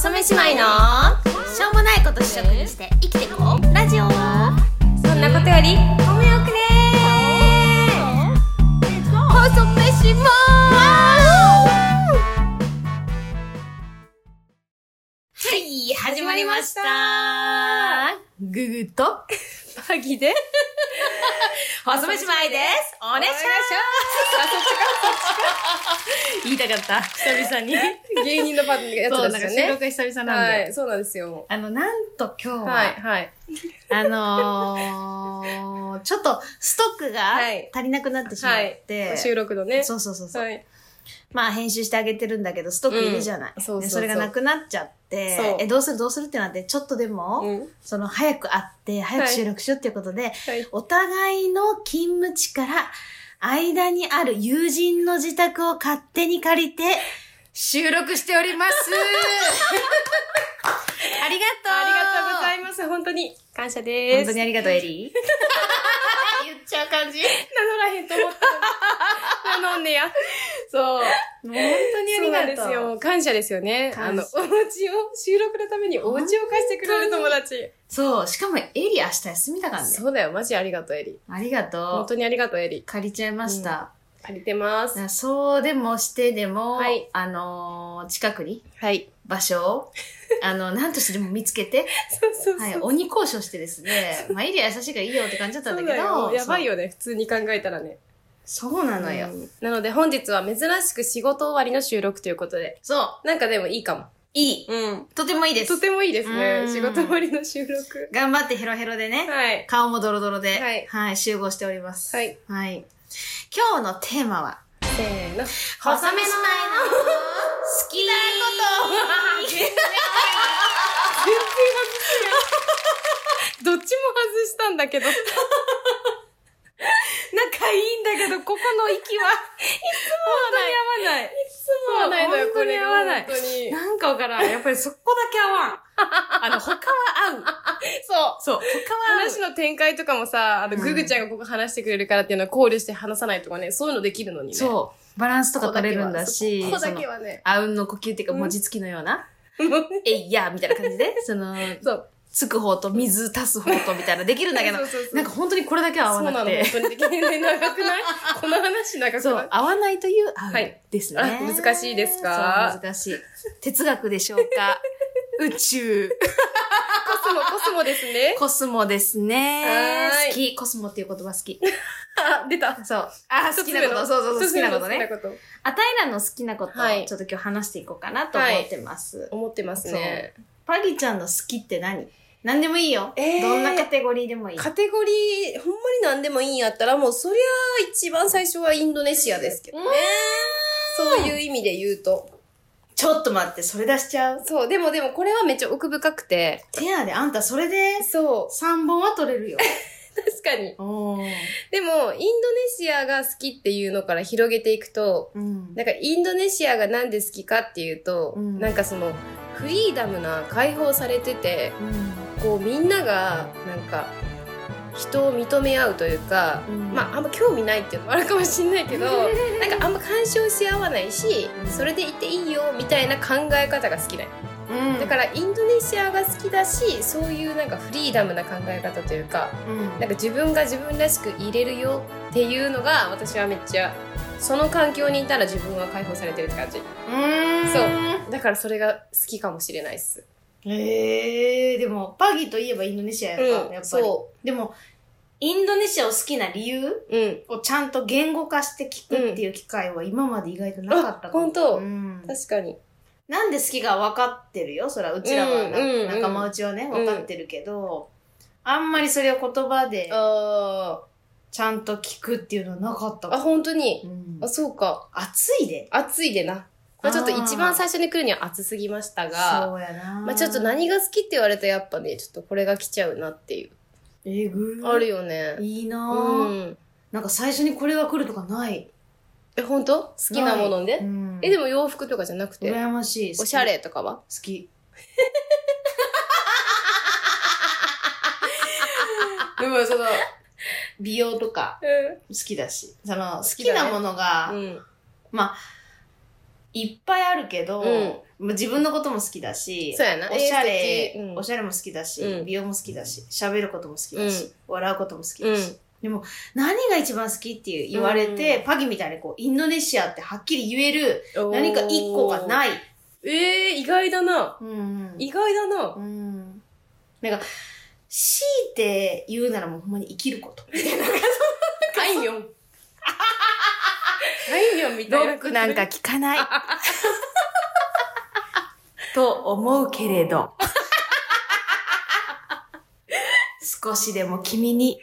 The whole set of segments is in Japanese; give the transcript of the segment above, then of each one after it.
細め姉妹のしょうもないこと主食にして生きてこうラジオ。そんなことよりごめんよくね細め姉妹。はい、始まりました。ググとパギで細め姉妹です。お願いします。言いたかった。久々に。 芸人のパやつですよね。 収録が久々なんで。 はい、そうなんですよ。 なんと今日は、 はい、 ちょっとストックが足りなくなってしまって、 はい、収録のね。 そう。 はい、 まあ編集してあげてるんだけど、ストックいるじゃない。 そうそれがなくなっちゃって、どうするってなって、ちょっとでも、早く会って、早く収録しようっていうことで、お互いの勤務地から間にある友人の自宅を勝手に借りて、収録しております。ありがとうございます。本当に感謝です。 本当にありがとう、エリー。言っちゃう感じ。 名乗らへんと思った。名乗んねや。そう。 もう本当にありがとう。 そうなんですよ。感謝ですよね。お家を、収録のためにお家を貸してくれる友達。 そう。しかもエリー明日休みだからね。 そうだよ。マジありがとう、エリ。 ありがとう。 本当にありがとう、エリ。 借りちゃいました。 借りてます。 そうでもしてでも、 はい、 近くに、 はい、 場所を、何としてでも見つけて、 そう。 はい、鬼交渉してですね、まあ、エリア優しいからいいよって感じだったんだけど、 やばいよね、普通に考えたらね。 そうなのよ。 なので本日は珍しく仕事終わりの収録ということで。 そう。 なんかでもいいかも。 いい。とてもいいです。 とてもいいですね。仕事終わりの収録。 頑張ってヘロヘロでね。 はい。 顔もドロドロで。 はい。 はい、集合しております。 はい。 はい。今日のテーマは、 せーの。 細め姉妹の好きなこと。 全然外してない。どっちも外したんだけど。仲いいんだけど、ここの息は、いつも合わない。いつも合わないのよ、これが。 本当に。なんかわからん。やっぱりそこだけ合わん。他は合う。そう。他は合う。 話の展開とかもさ、ググちゃんがここ話してくれるからっていうのは考慮して話さないとかね、そういうのできるのにね。 そう。バランスとか取れるんだし、 ここだけはね。 あうんの呼吸っていうか、文字付きのような、えいや、みたいな感じで、そう。つく方と水足す方とみたいなできるんだけど、なんか本当にこれだけは合わなくて。 そうなの、本当にできない。長くないこの話長くないそう、合わないという合うですね。 難しいですか？ そう、難しい。哲学でしょうか？宇宙。 コスモですね。 コスモですね。好き。コスモっていう言葉好き。 出た。 そう。好きなこと。そう、好きなことね。あたいらの好きなことをちょっと今日話していこうかなと思ってます。 思ってますね。 パギちゃんの好きって何でもいいよ。どんなカテゴリーでもいい。 カテゴリー、ほんまに何でもいいんやったら、もうそりゃ一番最初はインドネシアですけどね。そういう意味で言うと。 ちょっと待って、それ出しちゃう？ そう、でもこれはめっちゃ奥深くて。 てやで、あんたそれで、3本は取れるよ。 確かに。でも、インドネシアが好きっていうのから広げていくと、なんかインドネシアがなんで好きかっていうと、なんかその、フリーダムな解放されてて、こうみんながなんか人を認め合うというか、まああんま興味ないっていうのもあるかもしれないけど、なんかあんま干渉し合わないし、それでいていいよみたいな考え方が好きだよ。だからインドネシアが好きだし、そういうなんかフリーダムな考え方というか、なんか自分が自分らしくいれるよっていうのが私はめっちゃ、その環境にいたら自分は解放されてるって感じ。そう。だからそれが好きかもしれないっす。 でも、パギといえばインドネシアやった、やっぱり。そう。でも、インドネシアを好きな理由をちゃんと言語化して聞くっていう機会は今まで意外となかったかも。 本当、確かに。 なんで好きか分かってるよ。そら、うちらは仲間内はね、分かってるけど、あんまりそれを言葉で、ちゃんと聞くっていうのはなかったかも。 本当に、そうか。 暑いで。 暑いでな。まあちょっと一番最初に来るには暑すぎましたが、 そうやな。 まあちょっと何が好きって言われたらやっぱね、ちょっとこれが来ちゃうなっていう。あるよね。 いいなぁ。なんか最初にこれが来るとかない。 本当？好きなもので？でも洋服とかじゃなくて。 羨ましい。 おしゃれとかは？ 好き。でもその、美容とか好きだし、その好きなものが、まあ、いっぱいあるけど、 自分のことも好きだし、 そうやな。 おしゃれ、おしゃれも好きだし、美容も好きだし、喋ることも好きだし、笑うことも好きだし。でも、何が一番好きって言われて、パギみたいにインドネシアってはっきり言える何か一個がない。 意外だな。意外だな。 なんか、強いて言うならもうほんまに生きること。 あいみょん。あいみょんみたいな。 ロックなんか聞かない。と思うけれど。少しでも君に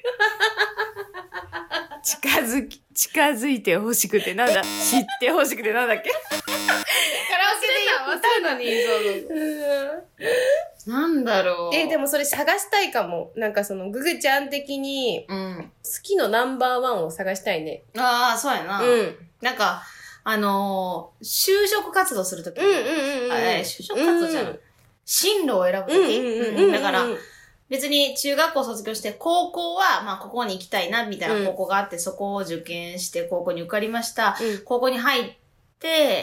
近づいてほしくてなんだ知ってほしくてなんだっけカラオケで歌うのに、なんだろう。 でもそれ探したいかも。なんかググちゃん的に、好きのナンバーワンを探したいね。 ああ、そうやな。なんか、就職活動するときに、就職活動じゃん。進路を選ぶとき。だから、別に中学校卒業して、高校は、まあ、ここに行きたいな、みたいな高校があって、そこを受験して、高校に受かりました。高校に入って、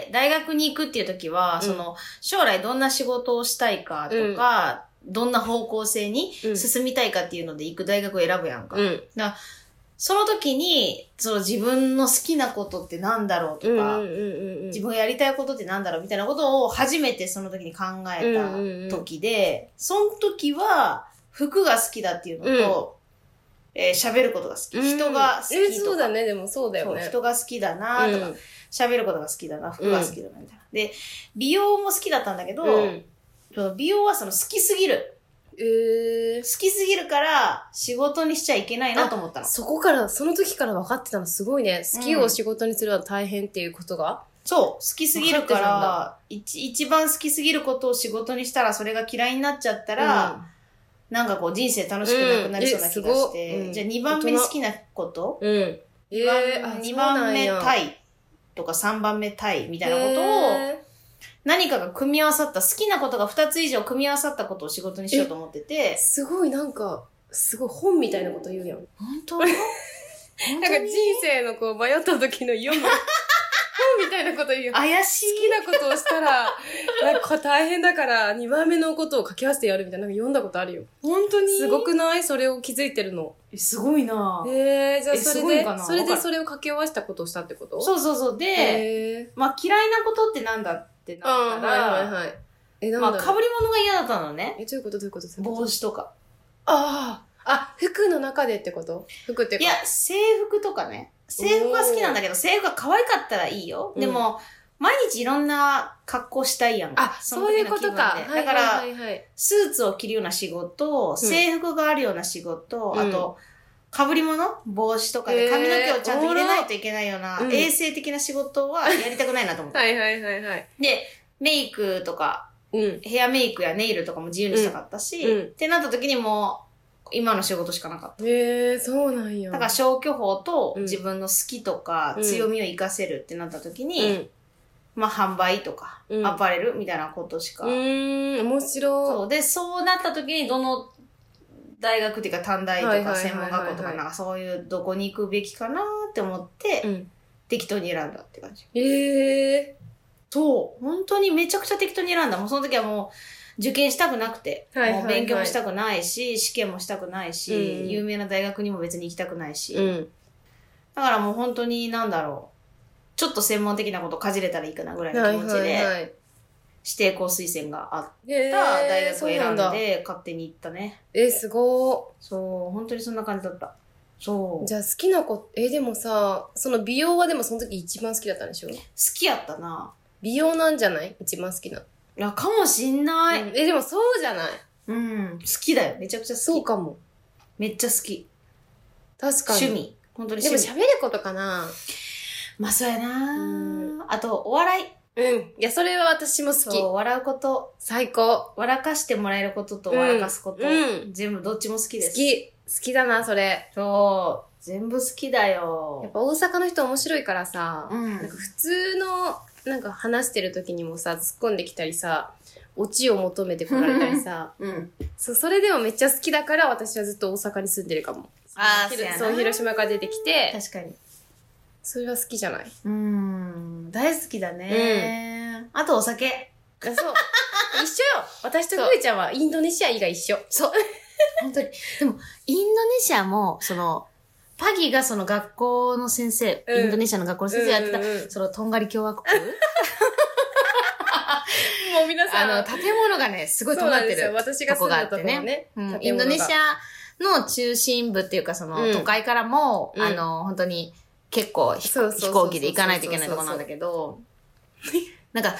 大学に行くっていう時は、将来どんな仕事をしたいかとか、どんな方向性に進みたいかっていうので行く大学を選ぶやんか。その時に、自分の好きなことってなんだろうとか、自分がやりたいことってなんだろうみたいなことを初めてその時に考えた時で、その時は、服が好きだっていうのと、喋ることが好き。人が好きとか。 そうだね、でもそうだよね。 人が好きだなとか、喋ることが好きだな、服が好きだなみたいな。で、美容も好きだったんだけど、美容は好きすぎる。好きすぎるから仕事にしちゃいけないなと思ったの。 その時から分かってたのすごいね。好きを仕事にするのは大変っていうことが。 そう、好きすぎるから、一番好きすぎることを仕事にしたらそれが嫌いになっちゃったら、なんか人生楽しくなくなりそうな気がして、じゃあ2番目に好きなこと、2番目タイとか3番目タイみたいなことを、何かが組み合わさった、好きなことが2つ以上組み合わさったことを仕事にしようと思ってて。 すごいすごい本みたいなこと言うやん。 本当なんか人生の迷った時の読む本みたいなこと言うやん。 怪しい。 好きなことをしたら、なんか大変だから2番目のことを掛け合わせてやるみたいな、読んだことあるよ。 本当にすごくない？それを気づいてるの。 すごいなじゃあそれでそれを掛け合わせたことをしたってこと？ そう。で、まあ嫌いなことってなんだってなったら、まあ被り物が嫌だったのね。 どういうこと帽子とか。 服の中でってこと？服ってか。 いや、制服とかね。制服は好きなんだけど、制服が可愛かったらいいよ。でも、毎日いろんな格好したいやんか。 そういうことか。 だから、スーツを着るような仕事、制服があるような仕事、あと、被り物帽子とかで髪の毛をちゃんと入れないといけないような、衛生的な仕事はやりたくないなと思って。で、メイクとか、ヘアメイクやネイルとかも自由にしたかったし、ってなった時にも今の仕事しかなかった。 そうなんや。 だから消去法と自分の好きとか強みを活かせるってなった時に、まあ販売とか、アパレルみたいなことしか。 面白い。 そう。で、そうなった時にどの大学っていうか短大とか専門学校とかなんかそういうどこに行くべきかなって思って、適当に選んだって感じ。そう。本当にめちゃくちゃ適当に選んだ。もうその時はもう受験したくなくて、もう勉強もしたくないし、試験もしたくないし、有名な大学にも別に行きたくないし。だからもう本当になんだろう。ちょっと専門的なことかじれたらいいかなぐらいの気持ちで、指定校推薦があった大学を選んで勝手に行ったね。 すごー。 そう、本当にそんな感じだった。そう。 じゃあ好きな子、でもさ、その美容はでもその時一番好きだったんでしょ？好きやったな。 美容なんじゃない？一番好きな。 いや、かもしんない。 でもそうじゃない？ 好きだよ。めちゃくちゃ好き。 そうかも。 めっちゃ好き。 確かに。 趣味。本当に趣味。 でも喋ることかな。 まあそうやな。あと、お笑い。 いや、それは私も好き。 そう、笑うこと。 最高。 笑かしてもらえることと笑かすこと。全部どっちも好きです。 好きだな、それ。 そう。全部好きだよ。 やっぱ大阪の人面白いからさ、なんか普通の、なんか話してる時にもさ、突っ込んできたりさ、オチを求めてこられたりさ、それでもめっちゃ好きだから私はずっと大阪に住んでるかも。そう、広島から出てきて。 確かに。 それは好きじゃない？ 大好きだね。あとお酒。 そう。一緒よ。私とグイちゃんはインドネシア以外一緒。 そう。本当に。でも、インドネシアも、パギがその学校の先生、インドネシアの学校の先生やってた、そのとんがり共和国もう皆さん。 建物がね、すごい尖ってる。 私が住んだところね。 インドネシアの中心部っていうか、都会からも、本当に結構飛行機で行かないといけないところなんだけど、なんか、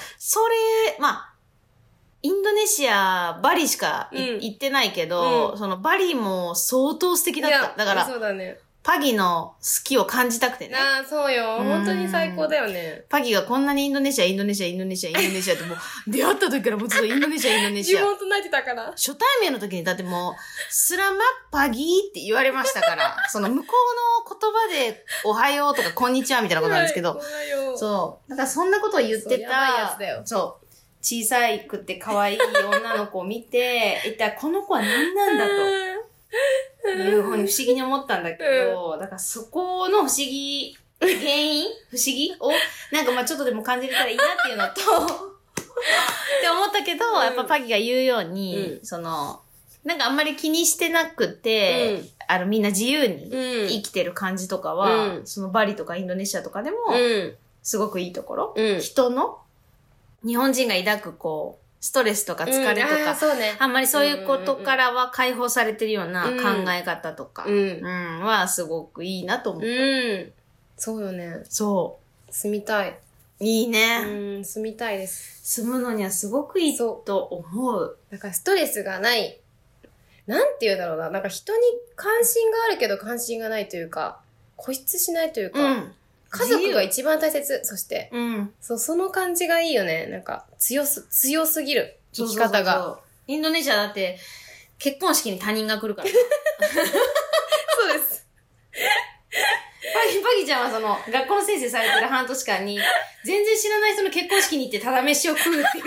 インドネシア、バリしか行ってないけど、バリも相当素敵だった。だから、 そうだね。 パギの好きを感じたくてね。 ああ、そうよ。本当に最高だよね。 パギがこんなにインドネシアってもう、出会った時からもうずっとインドネシア。 自分と泣いてたから。 初対面の時にだってもう、スラマッパギーって言われましたから、向こうの言葉で、おはようとかこんにちはみたいなことなんですけど、そう。だからそんなことを言ってた、そう。小さいくて可愛い女の子を見て、一体この子は何なんだと。いうふうに不思議に思ったんだけど、だからそこの原因不思議を、なんかちょっとでも感じれたらいいなっていうのと、って思ったけど、やっぱパギが言うように、なんかあんまり気にしてなくて、みんな自由に生きてる感じとかは、バリとかインドネシアとかでも、すごくいいところ、人の、日本人が抱くストレスとか疲れとか、あんまりそういうことからは解放されてるような考え方とか、はすごくいいなと思った。 そうよね。 そう。 住みたい。 いいね。 住みたいです。 住むのにはすごくいいと思う。 だからストレスがない。なんて言うんだろうな。なんか人に関心があるけど関心がないというか、固執しないというか、家族が一番大切。そして、その感じがいいよね。なんか強すぎる生き方が。そうインドネシアだって結婚式に他人が来るから。 そうです。 パギちゃんは学校の先生されてる半年間に、全然知らない人の結婚式に行ってただ飯を食うっていう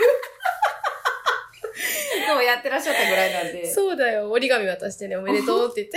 のをやってらっしゃったぐらいなんで。 そうだよ。折り紙渡してね、おめでとうって言って。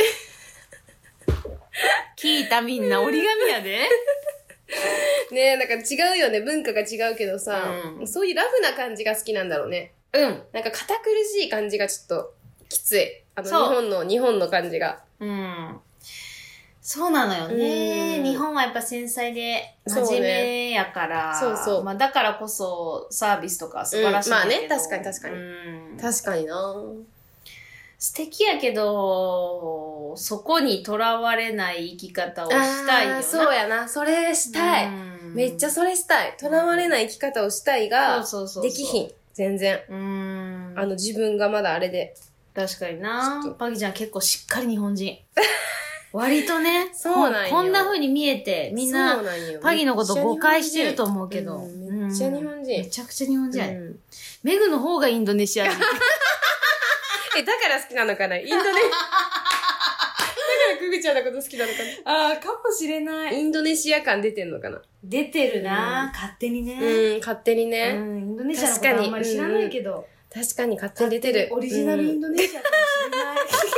聞いたみんな折り紙やで。 ねえ、なんか違うよね。文化が違うけどさ、そういうラフな感じが好きなんだろうね。なんか堅苦しい感じがちょっときつい。日本の感じが。 そうなのよね。日本はやっぱ繊細で真面目やから。だからこそサービスとか素晴らしいんだけど。 まあね、確かに。確かにな。 素敵やけど、そこにとらわれない生き方をしたいよな。 そうやな。それしたい。めっちゃそれしたい。とらわれない生き方をしたいが、できひん。全然。自分がまだあれで。 確かにな。パギちゃん結構しっかり日本人。割とね、 そうなんよ。 こんな風に見えて、みんな、パギのこと誤解してると思うけど。 めっちゃ日本人。 めちゃくちゃ日本人やね。メグの方がインドネシア人。 だから好きなのかなインドネだからクグちゃんのこと好きなのかなかもしれない。 インドネシア感出てんのかな出てるな、勝手にね。 勝手にね。 インドネシアのことあんまり知らないけど。 確かに勝手に出てる。 オリジナルインドネシアかもしれない。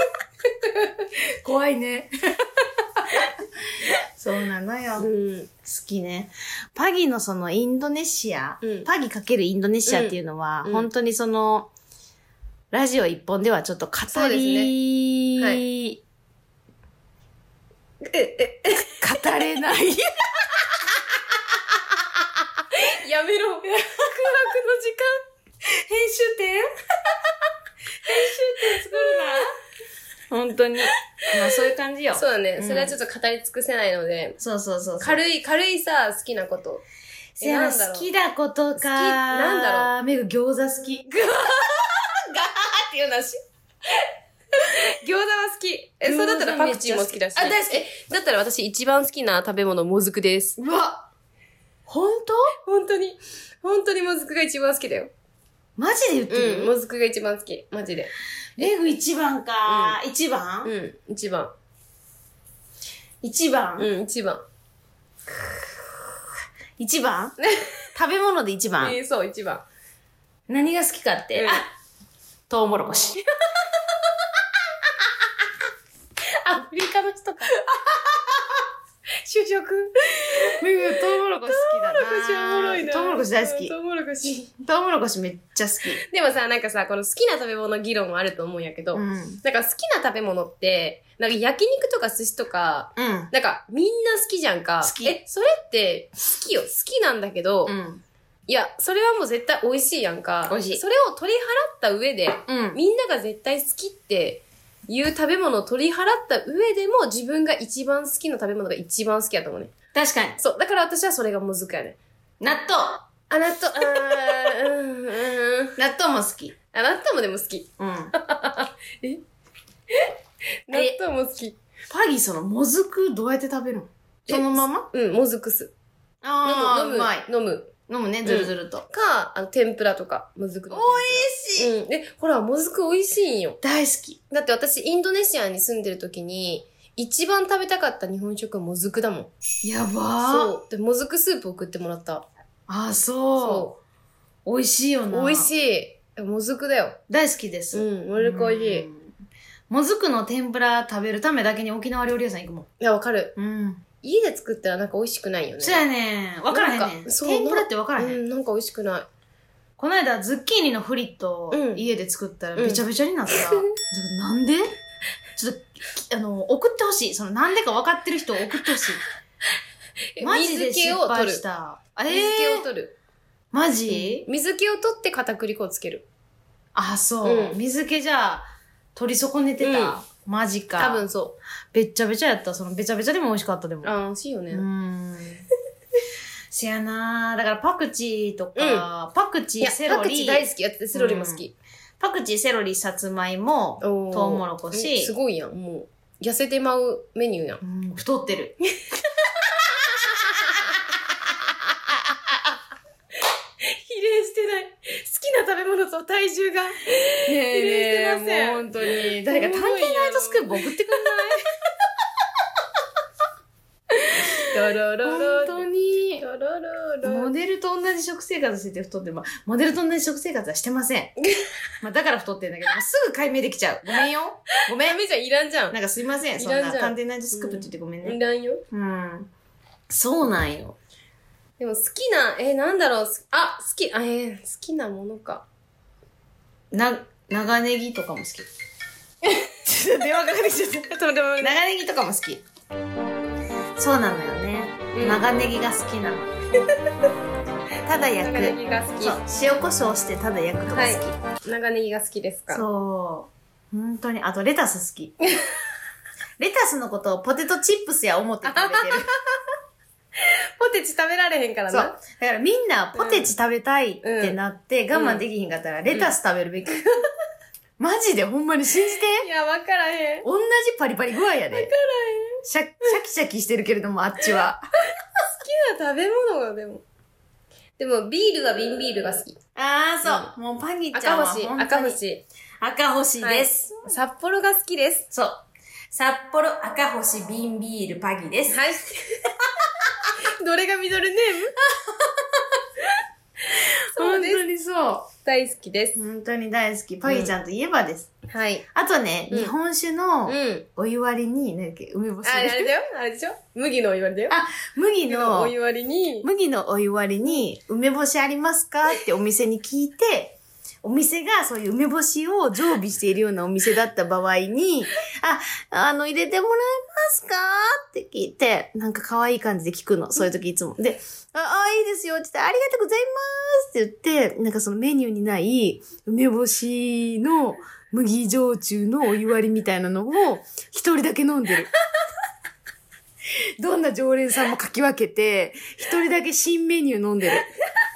怖いね。そうなのよ。好きね。パギのインドネシア、パギ×インドネシアっていうのは、本当にラジオ一本ではちょっと語り、語れない。 やめろ。空白の時間。 編集点作るな。本当に。そういう感じよ。 そうだね。それはちょっと語り尽くせないので。 そう。 軽いさ、好きなこと。 好きなことか。 なんだろう。 メグ餃子好き。ガーって言うなし。 餃子は好き。そうだったらパクチーも好きだし。 大好き。 だったら私一番好きな食べ物、もずくです。 うわ本当にもずくが一番好きだよ。 マジで言ってる？ もずくが一番好き。マジで。 レグ一番か。一番？ 一番。 一番？ 一番。 一番？食べ物で一番？ そう、一番。 何が好きかって。トウモロコシ。 アフリカの人か。 主食。 トウモロコシ好きだな。 トウモロコシおもろいな。 トウモロコシ大好き。 トウモロコシ。 トウモロコシめっちゃ好き。 でもさ、なんかさ、この好きな食べ物議論もあると思うんやけど、なんか好きな食べ物って、なんか焼肉とか寿司とか、なんかみんな好きじゃんか。 好き。 それって好きよ。好きなんだけど、いや、それはもう絶対美味しいやんか。 美味しい。 それを取り払った上で、みんなが絶対好きっていう食べ物を取り払った上でも自分が一番好きな食べ物が一番好きやと思うね。 確かに。 そう。だから私はそれがむずくやね。 納豆。 納豆も好き。 納豆もでも好き。え納豆も好き。 パギもずくどうやって食べるの？そのまま？ もずくす。 うまい。 飲むね、ずるずると。天ぷらとか、もずくの。 美味しい。 ほら、もずく美味しいんよ。 大好き。 だって私、インドネシアに住んでる時に、一番食べたかった日本食はもずくだもん。 やばー。 そう。で、もずくスープ送ってもらった。 そう。美味しいよな。 美味しい。もずくだよ。 大好きです。 もずく美味しい。 もずくの天ぷら食べるためだけに沖縄料理屋さん行くもん。 いや、わかる。家で作ったらなんか美味しくないよね。 そうやねん。わからへんねん。天ぷらってわからへん。 なんか美味しくない。 この間、ズッキーニのフリットを家で作ったらべちゃべちゃになった。なんでちょっと、送ってほしい。なんでか分かってる人を送ってほしい。マジで失敗した。 水気を取る。 マジ？ 水気を取って片栗粉をつける。 そう。水気じゃあ、取り損ねてた。マジか。 多分そう。 べっちゃべちゃやった。べちゃべちゃでも美味しかったでも。 美味しいよね。 せやなー。だからパクチーとか、パクチー、セロリ。 パクチー大好き。やっててセロリも好き。 パクチー、セロリ、さつまいも、トウモロコシ。 すごいやん。もう、痩せてまうメニューやん。 太ってる。 比例してない。好きな食べ物と体重が。比例してません。 もう本当に。誰か探偵ナイトスクープ送ってくんない本当に。モデルと同じ食生活して太ってる。モデルと同じ食生活はしてません。だから太ってるんだけど、すぐ解明できちゃう。ごめんよ。ごめん。 ダメじゃん、いらんじゃん。 なんかすいません。そんな探偵ナイトスクープって言ってごめんね。 いらんよ。 そうなんよ。 でも好きな、なんだろう。好きなものか。 長ネギとかも好き。ちょっと電話かかってきちゃった。長ネギとかも好き。そうなのよね。長ネギが好きなの。ただ焼く。 長ネギが好き。 そう。塩コショウしてただ焼くとか好き。 長ネギが好きですか？ そう。本当に。あとレタス好き。レタスのことをポテトチップスや思って食べてる。 ポテチ食べられへんからな。 そう。だからみんなポテチ食べたいってなって我慢できひんかったらレタス食べるべき。マジでほんまに信じて。 いや、わからへん。 同じパリパリ具合やで。わからへん。シャキシャキしてるけれども、あっちは。 好きな食べ物がでも、ビールは瓶ビールが好き。 そう。もうパギちゃんは赤星。 赤星です。 札幌が好きです。 そう。札幌赤星瓶ビールパギです。 はい。どれがミドルネーム？ 本当にそう。 大好きです。 本当に大好き。パギちゃんといえばです。 はい。 あとね、日本酒のお湯割りに、梅干し。 あれだよ。あれでしょ？麦のお湯割りだよ。 麦のお湯割りに。 麦のお湯割りに、梅干しありますかってお店に聞いて、お店がそういう梅干しを常備しているようなお店だった場合に、入れてもらえますかって聞いて、なんか可愛い感じで聞くの。そういう時いつも。で、いいですよって言って、ありがとうございますって言って、なんかそのメニューにない梅干しの麦焼酎のお湯割りみたいなのを一人だけ飲んでる。どんな常連さんもかき分けて、一人だけ新メニュー飲んでる。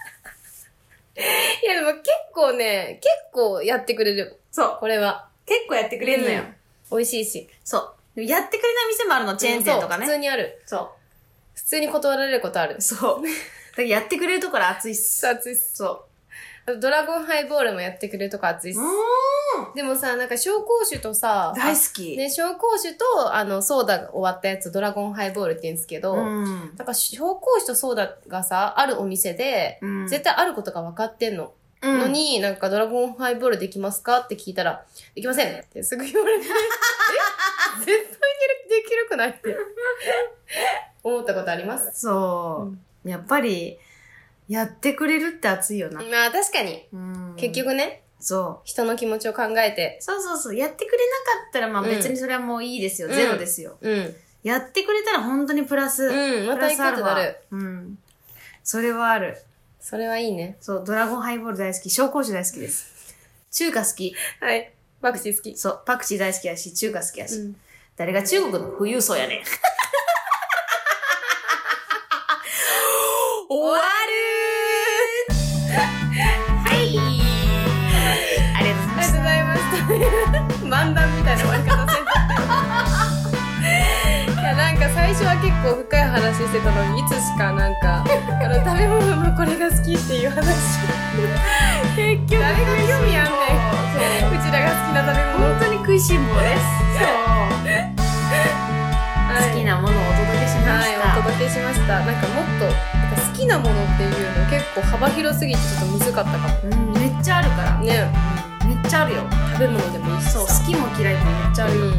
いやでも結構やってくれる。そう。これは。 結構やってくれるのよ。 美味しいし。 そう。やってくれない店もあるの、チェーン店とかね。 普通にある。 そう。 普通に断られることある。 そう。だからやってくれるところ熱いっす。 熱いっす。 そう。 ドラゴンハイボールもやってくれるとこ熱いっす。でもさ、なんか紹興酒とさ、 大好き。 ね、紹興酒と、ソーダが終わったやつ、ドラゴンハイボールって言うんですけど、なんか紹興酒とソーダがさ、あるお店で、絶対あることが分かってんの。のに、なんかドラゴンハイボールできますかって聞いたら、できませんってすぐ言われて、絶対できるくないって。 思ったことあります。 そう。やっぱり、やってくれるって熱いよな。 まあ確かに。結局ね。 そう。 人の気持ちを考えて。 そう。やってくれなかったら、まあ別にそれはもういいですよ。ゼロですよ。やってくれたら本当にプラス。 またいいことなる。 それはある。 それはいいね。 そう、ドラゴンハイボール大好き。紹興酒大好きです。中華好き。 はい。パクチー好き。 そう、パクチー大好きやし、中華好きやし。誰が中国の富裕層やねん。終わるはい。ありがとうございました。 漫談みたいな終わり方せんとって。いや、なんか最初は結構深い話してたのに、いつしかなんか、食べ物のこれが好きっていう話。結局。誰が興味あんねん。うちらが好きな食べ物。 本当に食いしん坊です。そう。好きなものをお届けしました。 はい、お届けしました。なんかもっと、好きなものっていうの結構幅広すぎてちょっと難かったかも。 めっちゃあるから。 ね。 めっちゃあるよ。 食べ物でもいいし。 そう、好きも嫌いもめっちゃあるよ。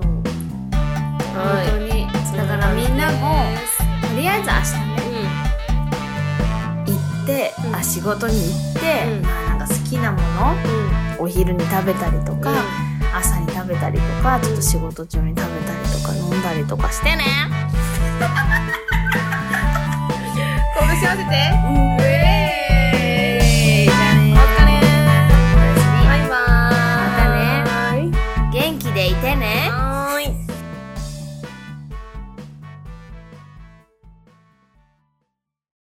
本当に。だからみんなも、とりあえず明日ね、行って、仕事に行って、なんか好きなもの、お昼に食べたりとか、朝に食べたりとか、ちょっと仕事中に食べたりとか、飲んだりとかしてね。 拳合わせて。